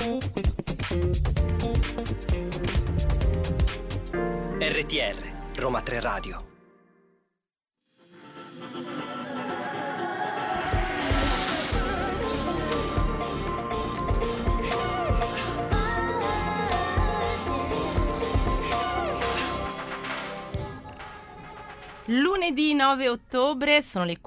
RTR, Roma 3 Radio. Lunedì 9 ottobre, sono le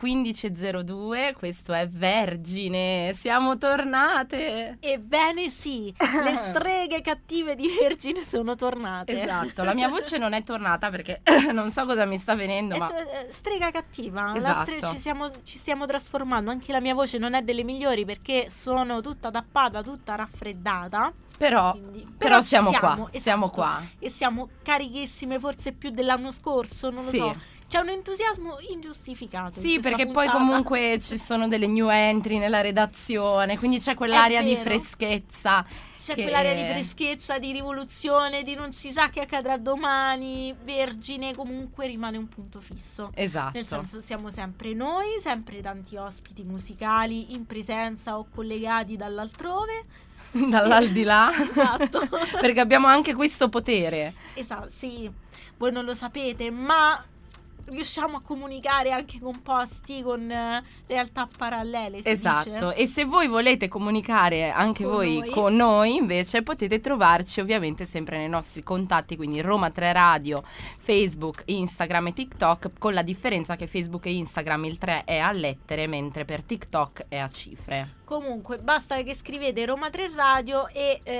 15.02, questo è Vergine, siamo tornate! Ebbene sì, le streghe cattive di Vergine sono tornate. Esatto, la mia voce non è tornata perché non so cosa mi sta venendo, ma... Strega cattiva, esatto. Ci stiamo trasformando, anche la mia voce non è delle migliori perché sono tutta tappata, tutta raffreddata. Però siamo qua, esatto, siamo qua. E siamo carichissime, forse più dell'anno scorso, non lo so. C'è un entusiasmo ingiustificato. Sì, perché poi comunque ci sono delle new entry nella redazione, quindi c'è quell'aria di freschezza. C'è quell'aria di freschezza, di rivoluzione, di non si sa che accadrà domani. Vergine comunque rimane un punto fisso. Esatto. Nel senso, siamo sempre noi, sempre tanti ospiti musicali in presenza o collegati dall'altrove. Dall'aldilà. Esatto. Perché abbiamo anche questo potere. Esatto, sì. Voi non lo sapete, ma riusciamo a comunicare anche con posti, con realtà parallele, si esatto dice? E se voi volete comunicare anche con noi invece potete trovarci ovviamente sempre nei nostri contatti, quindi Roma 3 Radio, Facebook, Instagram e TikTok, con la differenza che Facebook e Instagram il 3 è a lettere mentre per TikTok è a cifre. Comunque basta che scrivete Roma 3 Radio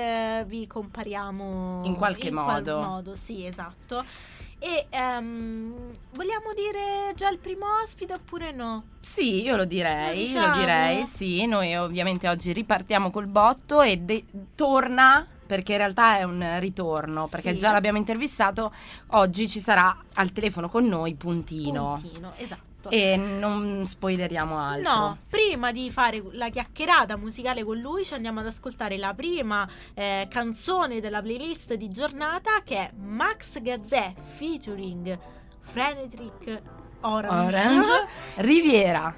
e vi compariamo in qualche modo. Sì, esatto. E vogliamo dire già il primo ospite oppure no? Sì, io lo direi, sì. Noi ovviamente oggi ripartiamo col botto e torna, perché in realtà è un ritorno, perché già l'abbiamo intervistato. Oggi ci sarà al telefono con noi Puntino, esatto. E non spoileriamo altro. No, prima di fare la chiacchierata musicale con lui ci andiamo ad ascoltare la prima canzone della playlist di giornata, che è Max Gazzè featuring Frenetic Orange Riviera.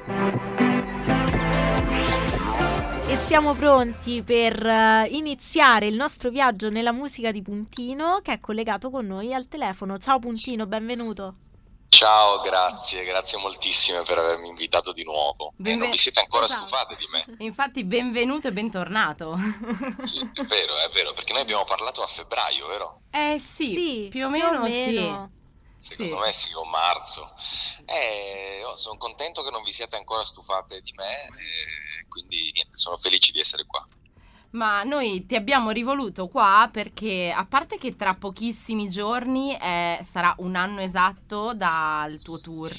E siamo pronti per iniziare il nostro viaggio nella musica di Puntino, che è collegato con noi al telefono. Ciao Puntino, benvenuto. Ciao, grazie moltissime per avermi invitato di nuovo. Non vi siete ancora stufate di me? Infatti benvenuto e bentornato. Sì, è vero, perché noi abbiamo parlato a febbraio, vero? Sì, più o meno. Secondo me sì, o marzo. Sono contento che non vi siate ancora stufate di me, quindi niente, sono felice di essere qua. Ma noi ti abbiamo rivoluto qua perché, a parte che tra pochissimi giorni sarà un anno esatto dal tuo tour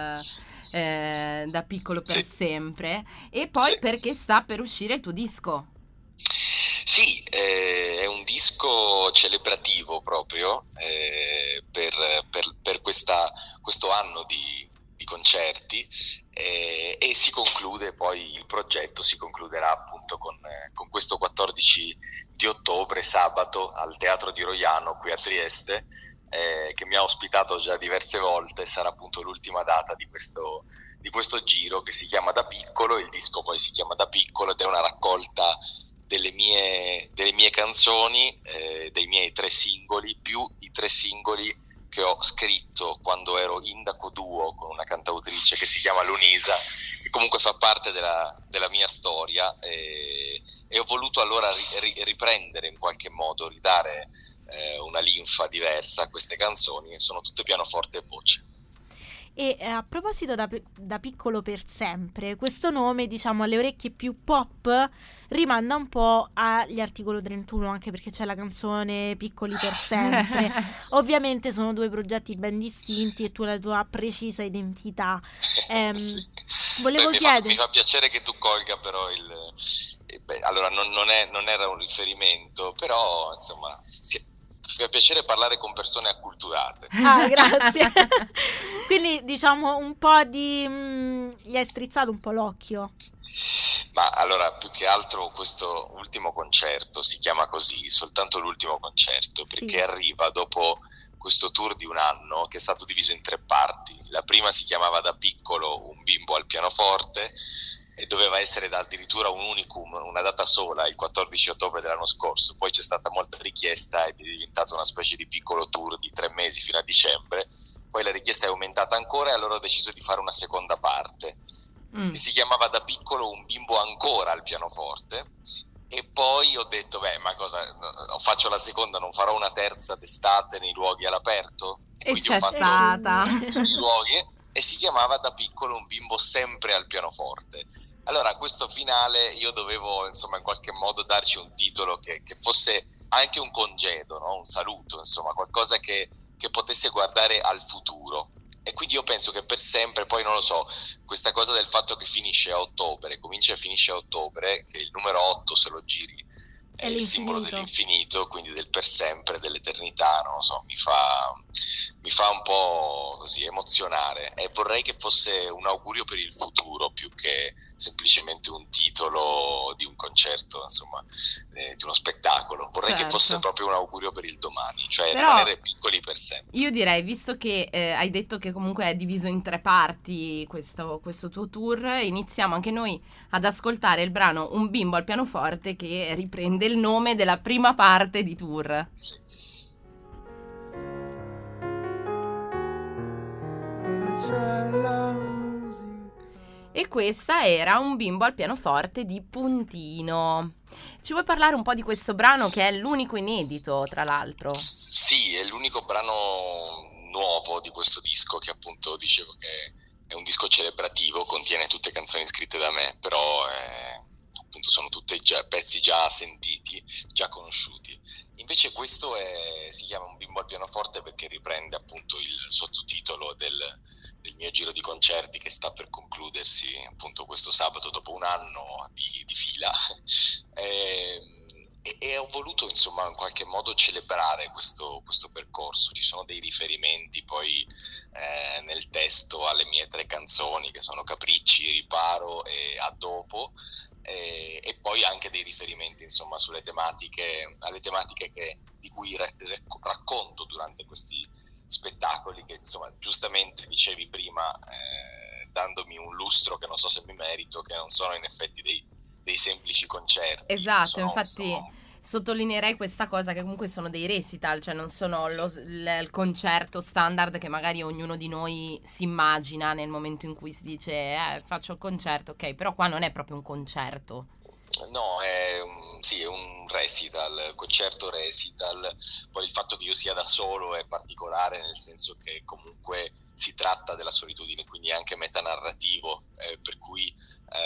da piccolo per sempre, e poi perché sta per uscire il tuo disco. Sì, è un disco celebrativo proprio per questo anno di concerti, e si conclude poi, il progetto si concluderà appunto con questo 14 di ottobre, sabato, al Teatro di Roiano qui a Trieste, che mi ha ospitato già diverse volte. Sarà appunto l'ultima data di questo giro, che si chiama Da Piccolo. Il disco poi si chiama Da Piccolo ed è una raccolta delle mie canzoni, dei miei 3 singoli, più i 3 singoli che ho scritto quando ero indaco duo con una cantautrice che si chiama Lunisa, che comunque fa parte della mia storia, e ho voluto allora riprendere in qualche modo, ridare una linfa diversa a queste canzoni, che sono tutte pianoforte e voce. E a proposito da Piccolo per sempre, questo nome, diciamo, alle orecchie più pop rimanda un po' agli Articolo 31, anche perché c'è la canzone Piccoli per sempre. Ovviamente sono 2 progetti ben distinti e tu la tua precisa identità. Volevo chiedere... Mi fa piacere che tu colga però allora non era un riferimento, però insomma mi fa piacere parlare con persone acculturate. Ah, grazie. Quindi diciamo un po' gli hai strizzato un po' l'occhio. Ma allora, più che altro questo ultimo concerto si chiama così, soltanto l'ultimo concerto, perché arriva dopo questo tour di un anno che è stato diviso in 3 parti. La prima si chiamava Da Piccolo, un bimbo al pianoforte, e doveva essere addirittura un unicum, una data sola, il 14 ottobre dell'anno scorso. Poi c'è stata molta richiesta ed è diventato una specie di piccolo tour di 3 mesi fino a dicembre. Poi la richiesta è aumentata ancora e allora ho deciso di fare una seconda parte che si chiamava Da piccolo un bimbo ancora al pianoforte. E poi ho detto, ma cosa, faccio la seconda, non farò una terza d'estate nei luoghi all'aperto? E quindi c'è ho fatto stata. i luoghi, e si chiamava Da piccolo un bimbo sempre al pianoforte. Allora a questo finale io dovevo insomma in qualche modo darci un titolo che fosse anche un congedo, no? Un saluto, insomma qualcosa che potesse guardare al futuro. E quindi io penso che per sempre, poi non lo so, questa cosa del fatto che finisce a ottobre, comincia e finisce a ottobre, che il numero 8 se lo giri è il simbolo dell'infinito, quindi del per sempre, dell'eternità, non lo so, mi fa un po' così emozionare, e vorrei che fosse un augurio per il futuro più che semplicemente un titolo di un concerto, insomma, di uno spettacolo. Vorrei che fosse proprio un augurio per il domani, cioè rimanere piccoli per sempre. Io direi, visto che hai detto che comunque è diviso in 3 parti questo tuo tour, iniziamo anche noi ad ascoltare il brano Un bimbo al pianoforte, che riprende il nome della prima parte di tour. Sì. E questa era Un bimbo al pianoforte di Puntino. Ci vuoi parlare un po' di questo brano, che è l'unico inedito, tra l'altro? Sì, è l'unico brano nuovo di questo disco, che appunto dicevo che è un disco celebrativo, contiene tutte canzoni scritte da me, però appunto sono tutte pezzi già sentiti, già conosciuti. Invece questo si chiama Un bimbo al pianoforte perché riprende appunto il sottotitolo del mio giro di concerti, che sta per concludersi appunto questo sabato dopo un anno di fila, e ho voluto insomma in qualche modo celebrare questo percorso. Ci sono dei riferimenti poi nel testo alle mie 3 canzoni, che sono Capricci, Riparo e A dopo, e poi anche dei riferimenti insomma alle tematiche di cui racconto durante questi spettacoli, che insomma giustamente dicevi prima, dandomi un lustro che non so se mi merito, che non sono in effetti dei semplici concerti. Esatto, infatti sottolineerei questa cosa, che comunque sono dei recital, cioè non sono il concerto standard che magari ognuno di noi si immagina nel momento in cui si dice faccio il concerto, ok, però qua non è proprio un concerto. No, è un recital, concerto recital. Poi il fatto che io sia da solo è particolare, nel senso che comunque si tratta della solitudine, quindi è anche metanarrativo, per cui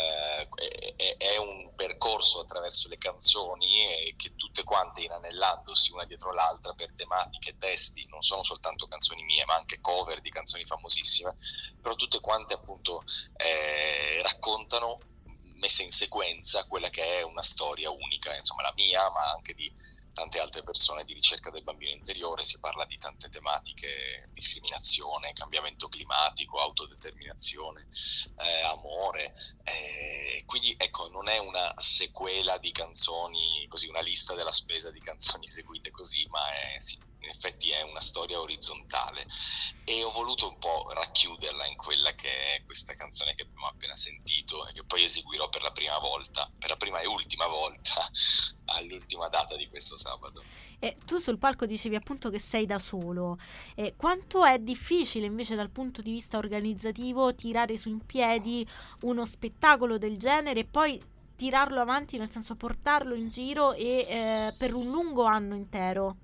è un percorso attraverso le canzoni, che tutte quante inanellandosi una dietro l'altra per tematiche e testi, non sono soltanto canzoni mie ma anche cover di canzoni famosissime, però tutte quante appunto raccontano, messa in sequenza, quella che è una storia unica, insomma la mia, ma anche di tante altre persone, di ricerca del bambino interiore. Si parla di tante tematiche: discriminazione, cambiamento climatico, autodeterminazione, amore, quindi ecco, non è una sequela di canzoni così, una lista della spesa di canzoni eseguite così, ma in effetti è una storia orizzontale, e ho voluto un po' racchiuderla in quella che è questa canzone che abbiamo appena sentito e che poi eseguirò per la prima e ultima volta all'ultima data di questo sabato. Tu sul palco dicevi appunto che sei da solo. Quanto è difficile invece dal punto di vista organizzativo tirare su in piedi uno spettacolo del genere e poi tirarlo avanti, nel senso portarlo in giro e per un lungo anno intero?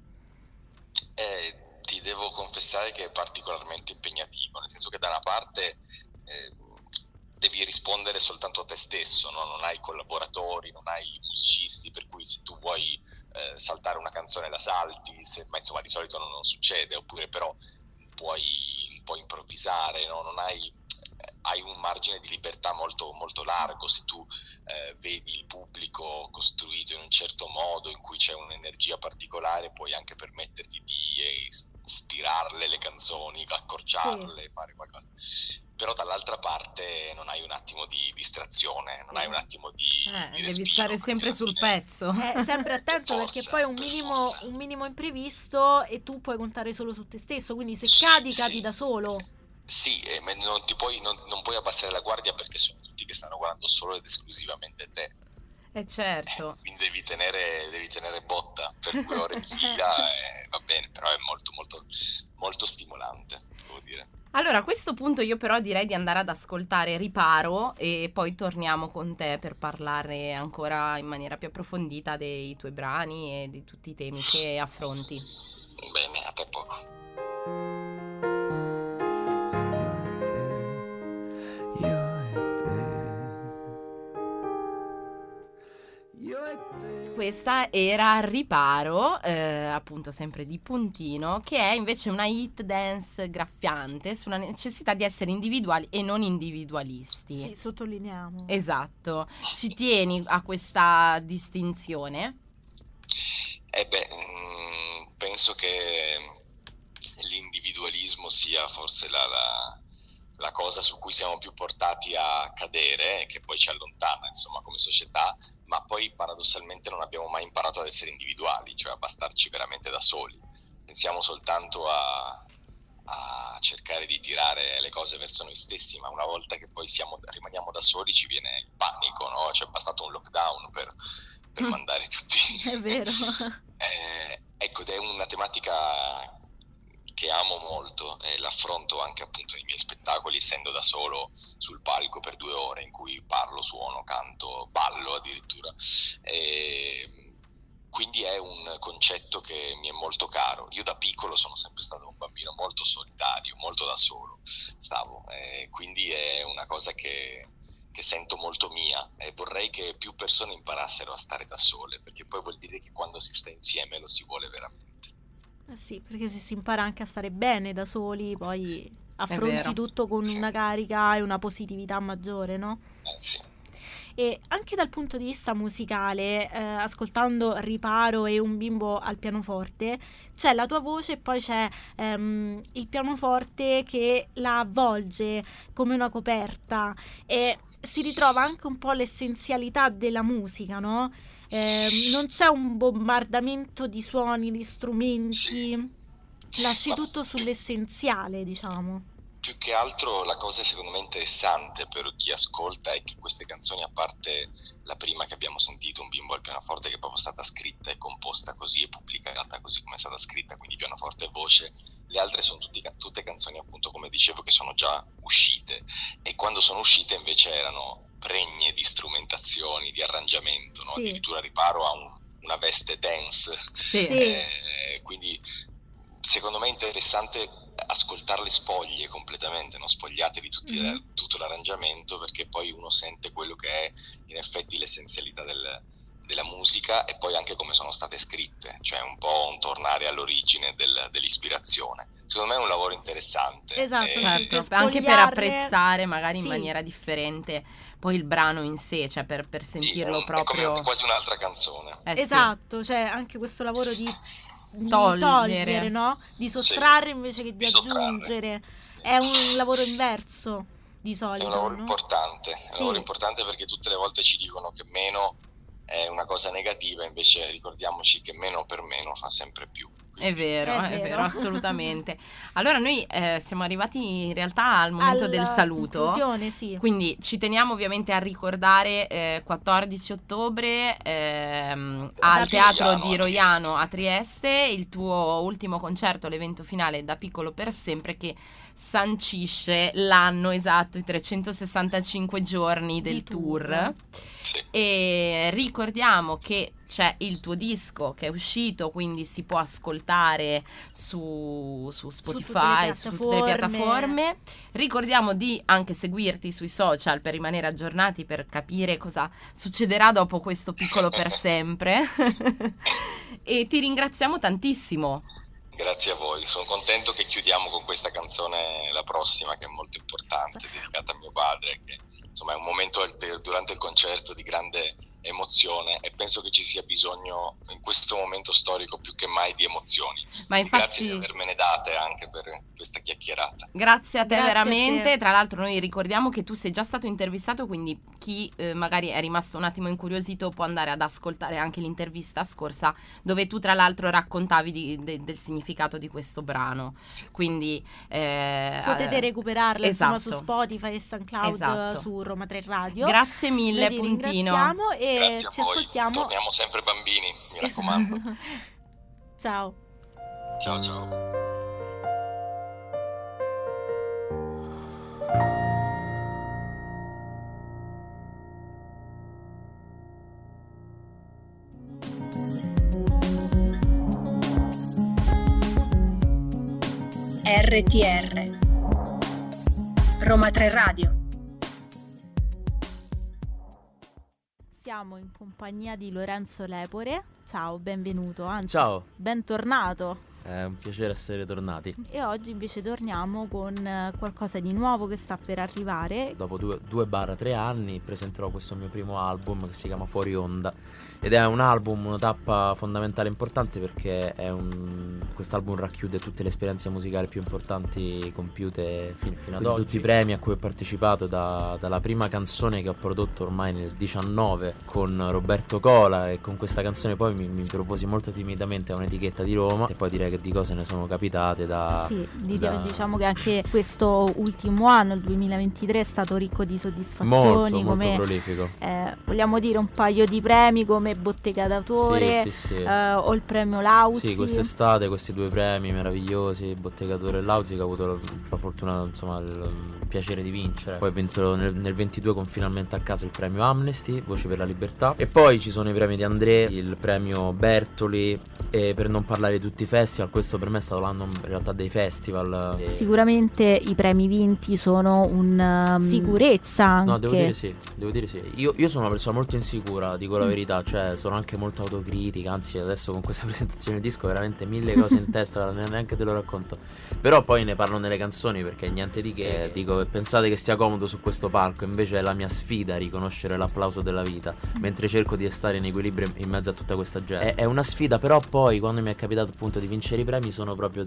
Ti devo confessare che è particolarmente impegnativo, nel senso che da una parte devi rispondere soltanto a te stesso, no? Non hai collaboratori, non hai musicisti, per cui se tu vuoi saltare una canzone la salti, ma insomma di solito non succede, oppure però puoi un po' improvvisare, no? Non hai un margine di libertà molto, molto largo. Se tu vedi il pubblico costruito in un certo modo, in cui c'è un'energia particolare, puoi anche permetterti di stirarle le canzoni, accorciarle, fare qualcosa. Però dall'altra parte non hai un attimo di distrazione, non hai un attimo di devi respiro, stare sempre sul pezzo. Sempre attento, perché poi un minimo imprevisto e tu puoi contare solo su te stesso, quindi se cadi da solo. Sì, ma non puoi abbassare la guardia perché sono tutti che stanno guardando solo ed esclusivamente te. Certo. Quindi devi tenere botta per 2 ore in fila e va bene, però è molto molto molto stimolante, devo dire. Allora, a questo punto io però direi di andare ad ascoltare Riparo e poi torniamo con te per parlare ancora in maniera più approfondita dei tuoi brani e di tutti i temi che affronti. Bene, a tra poco. Questa era Riparo, appunto sempre di Puntino, che è invece una hit dance graffiante sulla necessità di essere individuali e non individualisti. Sì, sottolineiamo. Esatto. Ci tieni a questa distinzione? Penso che l'individualismo sia forse la cosa su cui siamo più portati a cadere e che poi ci allontana, insomma, come società, ma poi paradossalmente non abbiamo mai imparato ad essere individuali, cioè a bastarci veramente da soli. Pensiamo soltanto a cercare di tirare le cose verso noi stessi, ma una volta che poi rimaniamo da soli ci viene il panico, no? Cioè è bastato un lockdown per mandare tutti. È vero. Ecco, ed è una tematica che amo molto e l'affronto anche appunto nei miei spettacoli, essendo da solo sul palco per 2 ore in cui parlo, suono, canto, ballo addirittura. Quindi è un concetto che mi è molto caro. Io da piccolo sono sempre stato un bambino molto solitario, molto da solo quindi è una cosa che sento molto mia e vorrei che più persone imparassero a stare da sole, perché poi vuol dire che quando si sta insieme lo si vuole veramente. Sì, perché se si impara anche a stare bene da soli, poi affronti tutto con una carica e una positività maggiore, no? Sì. E anche dal punto di vista musicale, ascoltando Riparo e Un bimbo al pianoforte, c'è la tua voce e poi c'è il pianoforte che la avvolge come una coperta e si ritrova anche un po' l'essenzialità della musica, no? Non c'è un bombardamento di suoni, di strumenti, lasci tutto sull'essenziale, diciamo. Più che altro la cosa secondo me interessante per chi ascolta è che queste canzoni, a parte la prima che abbiamo sentito, Un bimbo al pianoforte, che è proprio stata scritta e composta così e pubblicata così come è stata scritta, quindi pianoforte e voce, le altre sono tutte canzoni, appunto, come dicevo, che sono già uscite, e quando sono uscite invece erano pregne di strumentazioni, di arrangiamento, no? Addirittura Riparo ha una veste dance, quindi secondo me è interessante ascoltare le spoglie completamente, no? Spogliate di tutto l'arrangiamento, perché poi uno sente quello che è in effetti l'essenzialità della musica e poi anche come sono state scritte, cioè un po' un tornare all'origine dell'ispirazione. Secondo me è un lavoro interessante. Esatto, certo, anche per apprezzare magari in maniera differente poi il brano in sé, cioè per sentirlo proprio... È come quasi un'altra canzone. Esatto, cioè anche questo lavoro di togliere, no? Di sottrarre invece che di aggiungere. È un lavoro inverso di solito. È un lavoro importante, è un lavoro importante perché tutte le volte ci dicono che meno è una cosa negativa, invece ricordiamoci che meno per meno fa sempre più. È vero, assolutamente. Allora noi siamo arrivati in realtà al momento del saluto, quindi ci teniamo ovviamente a ricordare 14 ottobre al Teatro di Roiano a Trieste, il tuo ultimo concerto, l'evento finale Da piccolo per sempre, che sancisce l'anno esatto, i 365 giorni del tour. E ricordiamo che c'è il tuo disco che è uscito, quindi si può ascoltare su Spotify, su tutte le piattaforme. Ricordiamo di anche seguirti sui social per rimanere aggiornati, per capire cosa succederà dopo questo piccolo per sempre. E ti ringraziamo tantissimo. Grazie a voi, sono contento che chiudiamo con questa canzone, la prossima, che è molto importante, dedicata a mio padre, che insomma è un momento durante il concerto di grande emozione, e penso che ci sia bisogno in questo momento storico più che mai di emozioni. Ma infatti, grazie di avermene date anche per questa chiacchierata. Grazie a te, Grazie veramente. a te. Tra l'altro noi ricordiamo che tu sei già stato intervistato, quindi chi magari è rimasto un attimo incuriosito può andare ad ascoltare anche l'intervista scorsa, dove tu tra l'altro raccontavi del significato di questo brano. Quindi potete recuperarla esatto. insomma, su Spotify e SoundCloud, esatto. su Roma 3 Radio. Grazie mille, Noi ti Puntino. ringraziamo e Grazie a ci voi. ascoltiamo. Torniamo sempre bambini, mi raccomando. Ciao. Ciao ciao. RTR Roma 3 Radio. Siamo in compagnia di Lorenzo Lepore. Ciao, benvenuto, anzi, Ciao, bentornato. è un piacere essere tornati. E oggi invece torniamo con qualcosa di nuovo che sta per arrivare. Dopo 2-3 anni presenterò questo mio primo album che si chiama Fuori Onda. Ed è un album, una tappa fondamentale e importante perché quest'album racchiude tutte le esperienze musicali più importanti compiute fino ad oggi. Tutti i premi a cui ho partecipato, dalla prima canzone che ho prodotto ormai nel 19 con Roberto Cola, e con questa canzone poi mi proposi molto timidamente a un'etichetta di Roma, e poi direi che di cose ne sono capitate diciamo che anche questo ultimo anno, il 2023, è stato ricco di soddisfazioni, molto prolifico. Vogliamo dire un paio di premi come Bottega d'autore, sì. o il premio Lauzi. Sì, quest'estate questi 2 premi meravigliosi, Bottega d'autore e Lauzi, che ho avuto la fortuna, insomma, il piacere di vincere. Poi ho vinto nel 22 con Finalmente a casa il premio Amnesty, Voci per la Libertà. E poi ci sono i premi di André, il premio Bertoli, e per non parlare di tutti i festival, questo per me è stato l'anno in realtà dei festival. Sicuramente i premi vinti sono sicurezza anche. No, devo dire sì. Io sono una persona molto insicura, dico la verità, cioè sono anche molto autocritica, anzi adesso con questa presentazione del disco veramente 1000 cose in testa, neanche te lo racconto. Però poi ne parlo nelle canzoni perché niente di che, dico, pensate che stia comodo su questo palco, invece è la mia sfida riconoscere l'applauso della vita, mentre cerco di stare in equilibrio in mezzo a tutta questa gente. È una sfida, però poi quando mi è capitato appunto di vincere i premi sono proprio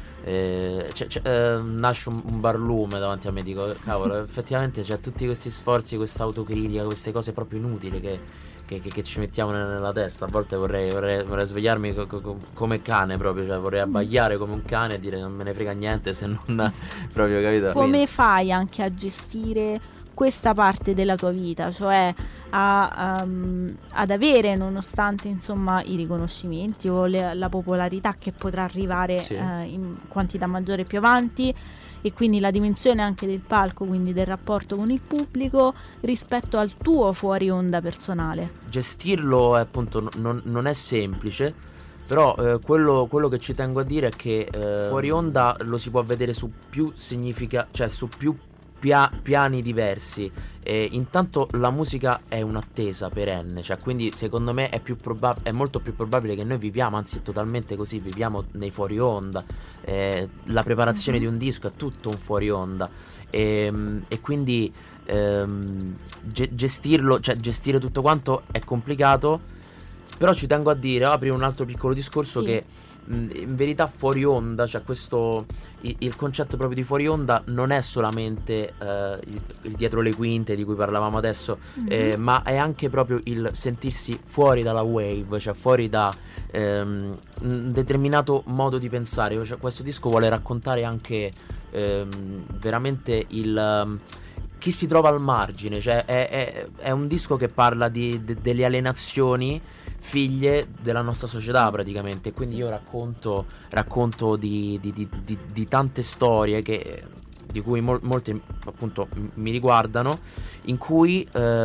nasce un barlume davanti a me, dico cavolo, effettivamente c'è tutti questi sforzi, questa autocritica, queste cose proprio inutili che ci mettiamo nella testa. A volte vorrei svegliarmi come cane proprio, cioè vorrei abbaiare come un cane e dire non me ne frega niente se non proprio, capito? Come fai anche a gestire questa parte della tua vita, cioè ad avere, nonostante insomma i riconoscimenti o la popolarità che potrà arrivare in quantità maggiore più avanti, e quindi la dimensione anche del palco, quindi del rapporto con il pubblico rispetto al tuo fuori onda personale? Gestirlo appunto non è semplice, però quello che ci tengo a dire è che fuori onda lo si può vedere su più su più piani diversi. Intanto la musica è un'attesa perenne, cioè quindi secondo me è molto più probabile che noi viviamo, anzi è totalmente così, viviamo nei fuori onda. La preparazione di un disco è tutto un fuori onda, e quindi gestirlo, cioè gestire tutto quanto è complicato. Però ci tengo a dire, aprire un altro piccolo discorso, che in verità fuori onda, cioè il concetto proprio di fuori onda non è solamente il dietro le quinte di cui parlavamo adesso, ma è anche proprio il sentirsi fuori dalla wave, cioè fuori da un determinato modo di pensare. Cioè, questo disco vuole raccontare anche veramente chi si trova al margine, cioè è un disco che parla delle alienazioni figlie della nostra società praticamente. Quindi io racconto di tante storie di cui molte appunto mi riguardano, in cui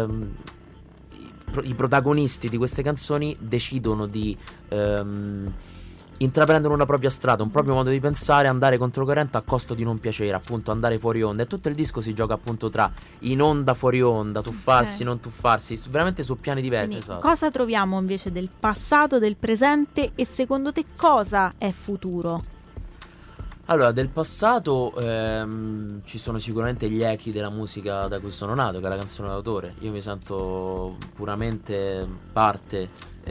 i protagonisti di queste canzoni decidono di intraprendere una propria strada, un proprio modo di pensare, andare controcorrente a costo di non piacere, appunto andare fuori onda. E tutto il disco si gioca appunto tra in onda, fuori onda, tuffarsi, non tuffarsi, veramente su piani diversi. Quindi, esatto. Cosa troviamo invece del passato, del presente, e secondo te cosa è futuro? Allora, del passato ci sono sicuramente gli echi della musica da cui sono nato, che è la canzone d'autore. Io mi sento puramente parte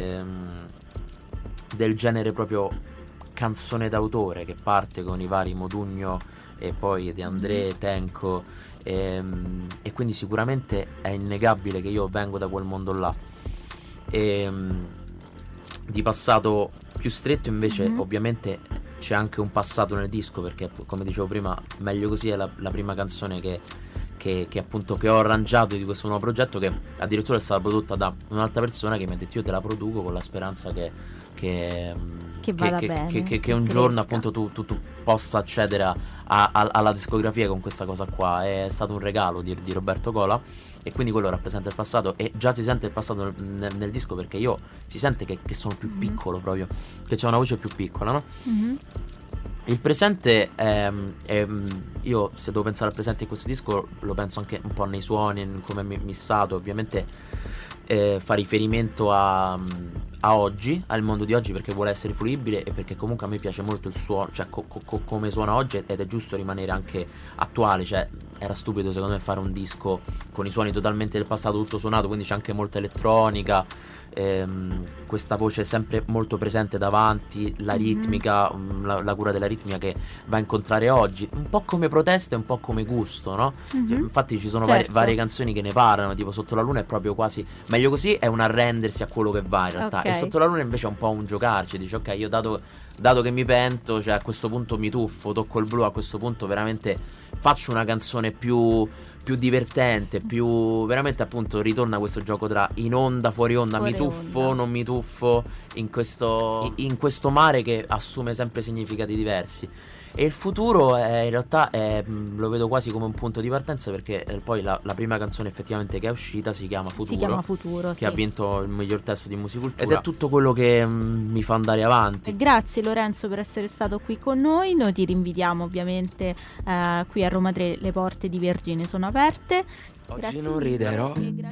del genere proprio canzone d'autore, che parte con i vari Modugno e poi De André, Tenco, e quindi sicuramente è innegabile che io vengo da quel mondo là. Di passato più stretto invece ovviamente c'è anche un passato nel disco, perché come dicevo prima, Meglio così è la prima canzone che appunto che ho arrangiato di questo nuovo progetto, che addirittura è stata prodotta da un'altra persona che mi ha detto: io te la produco con la speranza che vada bene, che un giorno appunto tu possa accedere alla discografia con questa cosa qua. È stato un regalo di Roberto Cola, e quindi quello rappresenta il passato, e già si sente il passato nel disco, perché io si sente che sono più piccolo, proprio che c'è una voce più piccola, no? Il presente io se devo pensare al presente in questo disco lo penso anche un po' nei suoni, in come è missato. Ovviamente fa riferimento a oggi, al mondo di oggi, perché vuole essere fruibile e perché comunque a me piace molto il suono, cioè come suona oggi, ed è giusto rimanere anche attuale. Cioè era stupido secondo me fare un disco con i suoni totalmente del passato, tutto suonato, quindi c'è anche molta elettronica, questa voce sempre molto presente davanti, la ritmica, la cura della ritmica che va a incontrare oggi, un po' come protesta e un po' come gusto, no? Infatti ci sono varie canzoni che ne parlano, tipo Sotto la luna è proprio quasi Meglio così, è un arrendersi a quello che va in realtà, e Sotto la luna invece è un po' un giocarci, dici ok, io dato che mi pento, cioè a questo punto mi tuffo, tocco il blu, a questo punto veramente faccio una canzone più divertente, più veramente appunto ritorna questo gioco tra in onda, fuori onda, mi tuffo, non mi tuffo, in questo mare che assume sempre significati diversi. E il futuro in realtà lo vedo quasi come un punto di partenza, perché poi la prima canzone effettivamente che è uscita si chiama Futuro, che ha vinto il miglior testo di Musicultura, ed è tutto quello che mi fa andare avanti. Grazie Lorenzo per essere stato qui con noi. Noi ti rinvitiamo ovviamente qui a Roma 3, le porte di Vergine sono aperte. Oggi grazie non riderò.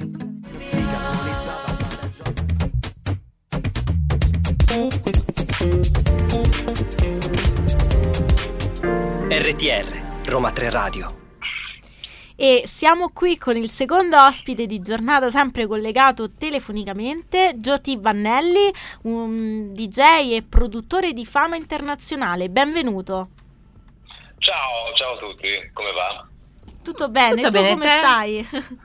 RTR, Roma 3 Radio. E siamo qui con il secondo ospite di giornata, sempre collegato telefonicamente, Gio-T Vannelli, un DJ e produttore di fama internazionale. Benvenuto. Ciao a tutti, come va? Tutto bene, Tutto bene, come te? stai?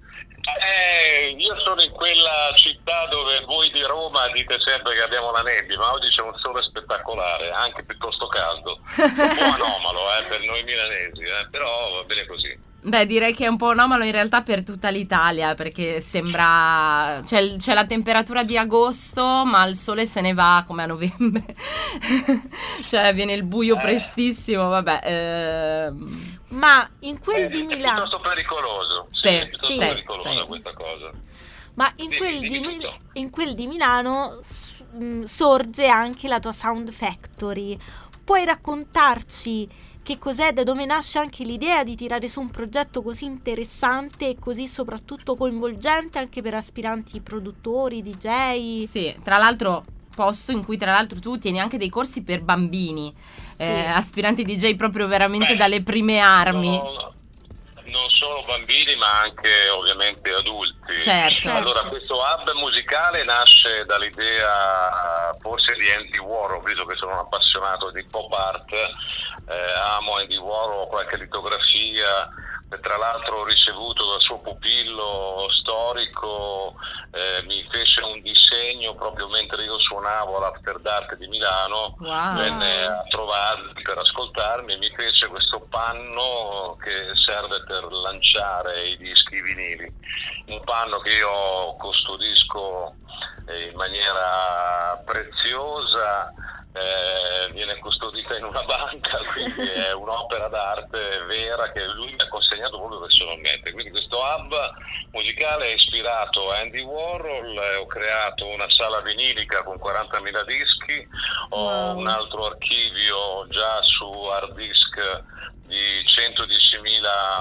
Io sono in quella città dove voi di Roma dite sempre che abbiamo la nebbia, ma oggi c'è un sole spettacolare, anche piuttosto caldo, un po' anomalo per noi milanesi, però va bene così. Beh, direi che è un po' anomalo in realtà per tutta l'Italia, perché sembra c'è la temperatura di agosto, ma il sole se ne va come a novembre. Cioè viene il buio prestissimo, vabbè. Ma in quel di Milano è piuttosto pericoloso. Sì, pericolosa questa cosa. Ma in quel di Milano sorge anche la tua Sound Factory. Puoi raccontarci che cos'è, da dove nasce anche l'idea di tirare su un progetto così interessante e così soprattutto coinvolgente anche per aspiranti produttori, DJ? Sì, tra l'altro posto in cui tra l'altro tu tieni anche dei corsi per bambini, aspiranti DJ proprio veramente dalle prime armi. Non solo bambini ma anche ovviamente adulti. Certo. Allora questo hub musicale nasce dall'idea forse di Andy Warhol, visto che sono un appassionato di pop art, amo Andy Warhol, qualche litografia, tra l'altro ho ricevuto dal suo pupillo storico, mi fece un disegno proprio mentre io suonavo all'After Dark di Milano. Wow. Venne a trovarmi per ascoltarmi e mi fece questo panno che serve per lanciare i dischi vinili, un panno che io custodisco in maniera preziosa. Viene custodita in una banca, quindi è un'opera d'arte vera che lui mi ha consegnato proprio personalmente. Quindi questo hub musicale è ispirato a Andy Warhol, ho creato una sala vinilica con 40.000 dischi, ho un altro archivio già su hard disk di 110.000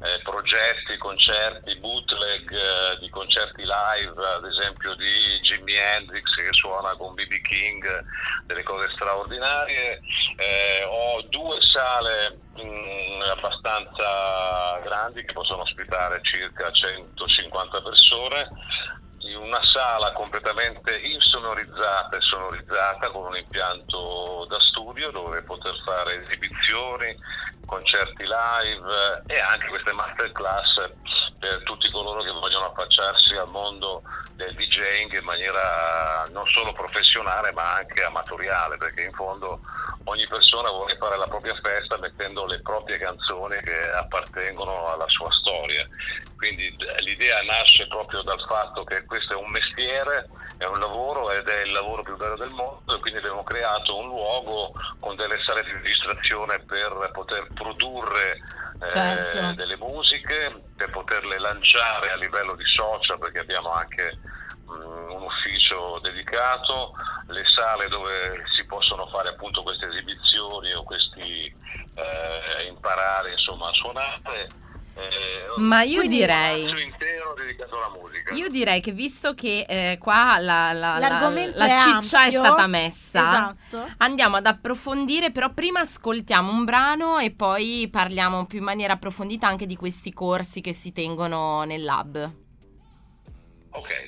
progetti, concerti, bootleg di concerti live, ad esempio di Jimi Hendrix che suona con B.B. King, delle cose straordinarie. Ho 2 sale abbastanza grandi che possono ospitare circa 150 persone, in una sala completamente insonorizzata e sonorizzata con un impianto da studio dove poter fare esibizioni, concerti live e anche queste masterclass per tutti coloro che vogliono affacciarsi al mondo del DJing in maniera non solo professionale ma anche amatoriale, perché in fondo ogni persona vuole fare la propria festa mettendo le proprie canzoni che appartengono alla sua storia. Quindi l'idea nasce proprio dal fatto che questo è un mestiere, è un lavoro ed è il lavoro più bello del mondo, e quindi abbiamo creato un luogo con delle sale di registrazione per poter produrre delle musiche, per poterle lanciare a livello di social, perché abbiamo anche un ufficio dedicato, le sale dove si possono fare appunto queste esibizioni o questi imparare insomma a suonare. Ma io direi intero dedicato alla musica. Io direi che visto che qua l'argomento la ciccia ampio, è stata messa, esatto, andiamo ad approfondire, però prima ascoltiamo un brano e poi parliamo più in maniera approfondita anche di questi corsi che si tengono nel lab. Ok.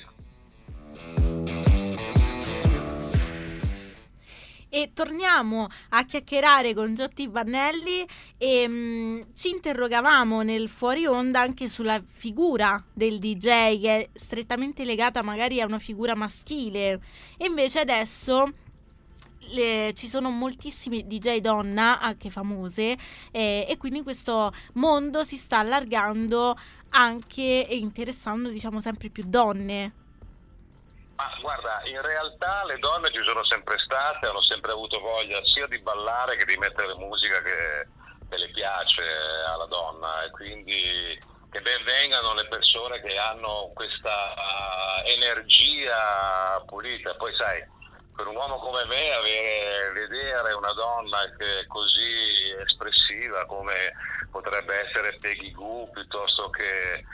E torniamo a chiacchierare con Giotti Vannelli e ci interrogavamo nel fuori onda anche sulla figura del DJ, che è strettamente legata magari a una figura maschile, e invece adesso ci sono moltissimi DJ donna anche famose, e quindi questo mondo si sta allargando anche e interessando, diciamo, sempre più donne. Ma guarda, in realtà le donne ci sono sempre state, hanno sempre avuto voglia sia di ballare che di mettere musica che le piace alla donna, e quindi che ben vengano le persone che hanno questa energia pulita. Poi sai, per un uomo come me vedere una donna che è così espressiva come potrebbe essere Peggy Gou, piuttosto che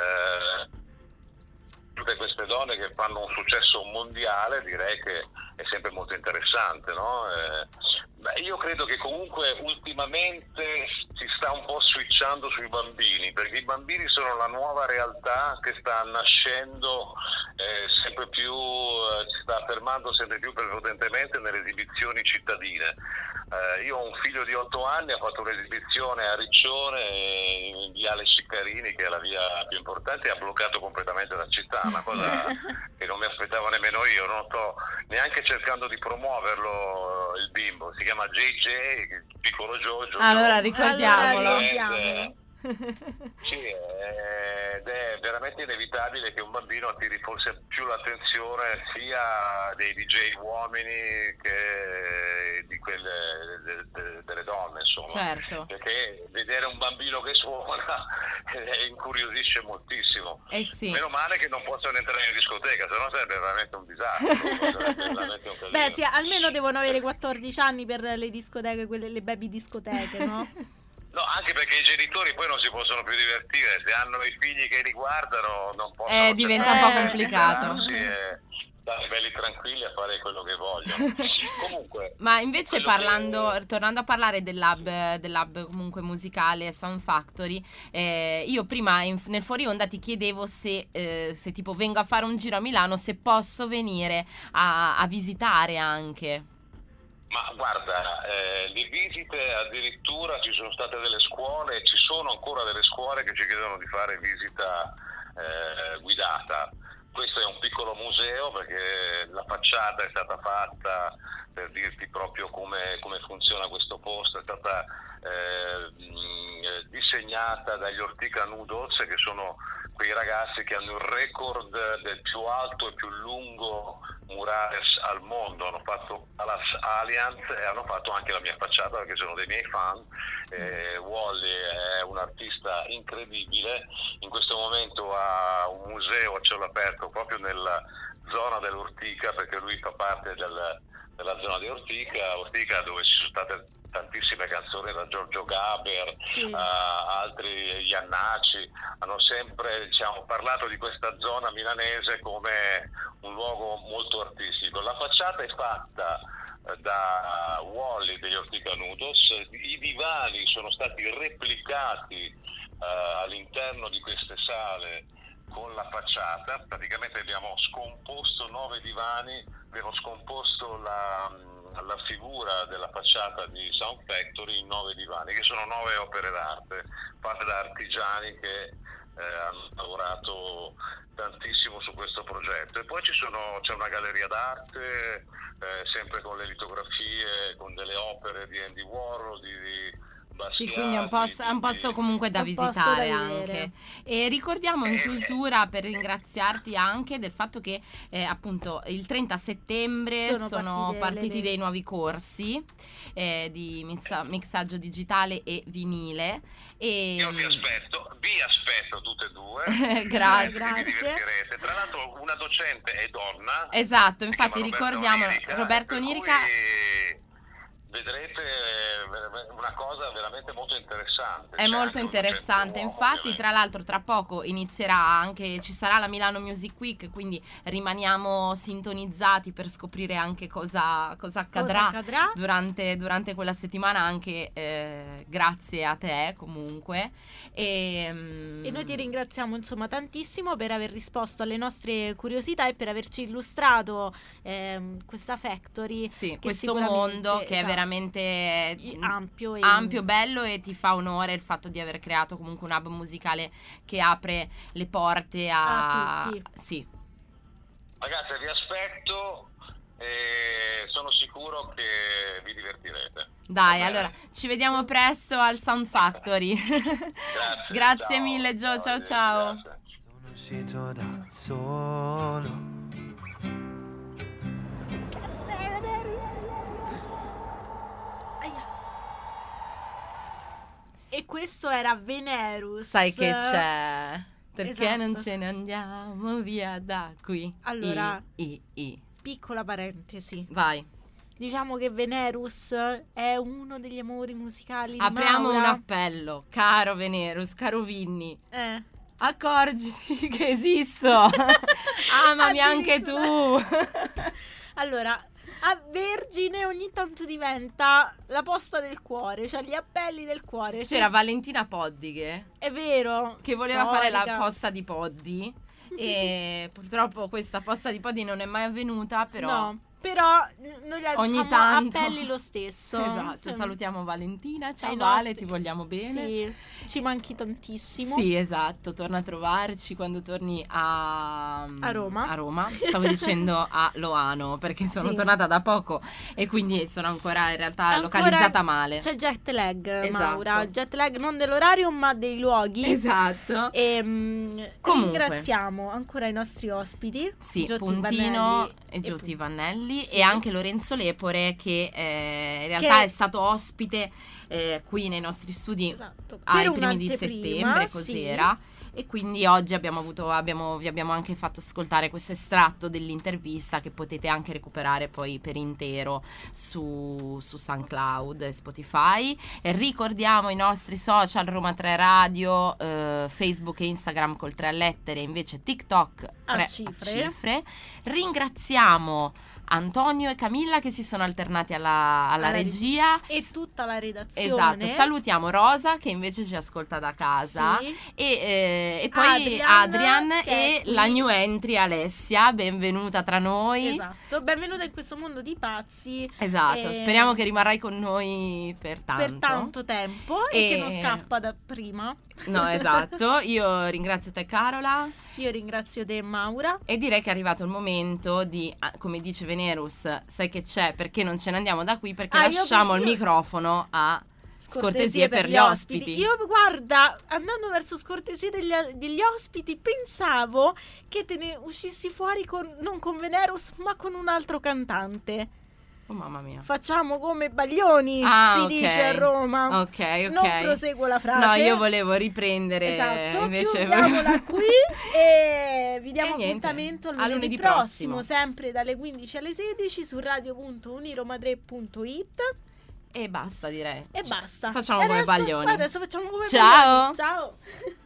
tutte queste donne che fanno un successo mondiale, direi che è sempre molto interessante, no? Io credo che comunque ultimamente si sta un po' switchando sui bambini, perché i bambini sono la nuova realtà che sta nascendo sempre più, si sta affermando sempre più prepotentemente nelle esibizioni cittadine. Io ho un figlio di 8 anni, ha fatto un'esibizione a Riccione, in Viale Sciccarini, che è la via più importante, e ha bloccato completamente la città, una cosa che non mi aspettavo nemmeno io, non sto neanche cercando di promuoverlo il bimbo, si chiama JJ, piccolo Giorgio. Allora ricordiamolo. Sì, ed è veramente inevitabile che un bambino attiri forse più l'attenzione sia dei DJ uomini che di quelle delle donne, insomma. Certo. Perché vedere un bambino che suona incuriosisce moltissimo. Sì. Meno male che non possono entrare in discoteca, sennò sarebbe veramente un disastro. Beh, sì, almeno devono avere 14 anni per le discoteche, quelle, le baby discoteche, no? No, anche perché i genitori poi non si possono più divertire, se hanno i figli che li guardano non possono. Diventa un po' complicato. Stare belli tranquilli a fare quello che vogliono. Comunque. Ma invece tornando a parlare del lab comunque musicale Sound Factory, io prima nel fuori onda ti chiedevo se tipo vengo a fare un giro a Milano, se posso venire a visitare anche. Ma guarda, le visite addirittura ci sono state delle scuole, ci sono ancora delle scuole che ci chiedono di fare visita guidata. Questo è un piccolo museo perché la facciata è stata fatta per dirti proprio come funziona questo posto, è stata disegnata dagli Ortica Noodles, che sono quei ragazzi che hanno il record del più alto e più lungo murales al mondo. Hanno fatto Palace Allianz e hanno fatto anche la mia facciata, perché sono dei miei fan. Wally è un artista incredibile, in questo momento ha un museo a cielo aperto proprio nella zona dell'Ortica, perché lui fa parte della nella zona di Ortica, dove ci sono state tantissime canzoni da Giorgio Gaber, altri Iannacci, hanno sempre parlato di questa zona milanese come un luogo molto artistico. La facciata è fatta da Wally degli Ortica Noodles, i divani sono stati replicati all'interno di queste sale con la facciata. Praticamente abbiamo scomposto 9 divani, abbiamo scomposto la figura della facciata di Sound Factory in 9 divani, che sono 9 opere d'arte fatte da artigiani che hanno lavorato tantissimo su questo progetto. E poi c'è una galleria d'arte sempre con le litografie, con delle opere di Andy Warhol, di sì, quindi è un posto comunque da visitare anche. E ricordiamo in chiusura, per ringraziarti anche del fatto che appunto il 30 settembre sono partiti dei nuovi corsi di mixaggio digitale e vinile. Io vi aspetto tutte e due. Grazie. Vi divertirete. Tra l'altro una docente è donna. Esatto, infatti ricordiamo Roberto Nirica. Vedrete una cosa veramente molto interessante. È molto interessante, infatti tra l'altro tra poco ci sarà la Milano Music Week, quindi rimaniamo sintonizzati per scoprire anche cosa accadrà durante quella settimana, anche grazie a te comunque. E noi ti ringraziamo insomma tantissimo per aver risposto alle nostre curiosità e per averci illustrato questa factory, questo mondo che è veramente ampio, bello, e ti fa onore il fatto di aver creato comunque un hub musicale che apre le porte a tutti. Sì. Ragazzi, vi aspetto e sono sicuro che vi divertirete. Dai, allora ci vediamo presto al Sound Factory. Grazie mille Gio, ciao. Sono uscito da solo. E questo era Venerus. Sai che c'è? Perché non ce ne andiamo via da qui? Allora, piccola parentesi. Vai. Diciamo che Venerus è uno degli amori musicali di Apriamo Maura. un appello, caro Venerus, caro Vinny. Accorgiti che esisto. Amami anche tu. Allora, a Vergine ogni tanto diventa la posta del cuore, cioè gli appelli del cuore. C'era Valentina Poddighe, è vero, che voleva fare la posta di Poddi e purtroppo questa posta di Poddi non è mai avvenuta, però noi la ogni diciamo tanto appelli lo stesso. Esatto, salutiamo Valentina, ciao Vale, ti vogliamo bene. Sì, ci manchi tantissimo. Sì, esatto, torna a trovarci quando torni a Roma. Stavo dicendo a Loano, perché sono tornata da poco e quindi sono ancora in realtà localizzata male. C'è jet lag, esatto. Maura, jet lag non dell'orario ma dei luoghi. Esatto. E ringraziamo ancora i nostri ospiti, Giotti Puntino e Giotti Vannelli. E anche Lorenzo Lepore, che in realtà è stato ospite qui nei nostri studi ai primi di settembre, cos'era. E quindi oggi vi abbiamo anche fatto ascoltare questo estratto dell'intervista, che potete anche recuperare poi per intero su SoundCloud e Spotify. E ricordiamo i nostri social, Roma 3 Radio, Facebook e Instagram col 3 a lettere, invece TikTok 3 a cifre. Ringraziamo Antonio e Camilla che si sono alternati alla regia e tutta la redazione. Esatto, salutiamo Rosa che invece ci ascolta da casa, e poi Adrian e la new entry Alessia, benvenuta tra noi. Esatto, benvenuta in questo mondo di pazzi. Esatto, speriamo che rimarrai con noi per tanto tempo e che non scappa da prima. No, esatto. Io ringrazio te Carola. Io ringrazio te Maura. E direi che è arrivato il momento di, come dice Venerus, sai che c'è, perché non ce ne andiamo da qui, perché lasciamo il microfono a scortesie per gli ospiti. Io guarda, andando verso scortesie degli ospiti, pensavo che te ne uscissi fuori non con Venerus ma con un altro cantante. Oh mamma mia. Facciamo come Baglioni, si dice a Roma. Ok. Non proseguo la frase. No, io volevo riprendere. Esatto, invece chiudiamola qui e vi diamo niente, appuntamento a lunedì prossimo, prossimo, sempre dalle 15 alle 16 su radio.uniromadre.it. E basta, direi. E basta. Facciamo come Baglioni. Adesso facciamo come Ciao. Baglioni. Ciao.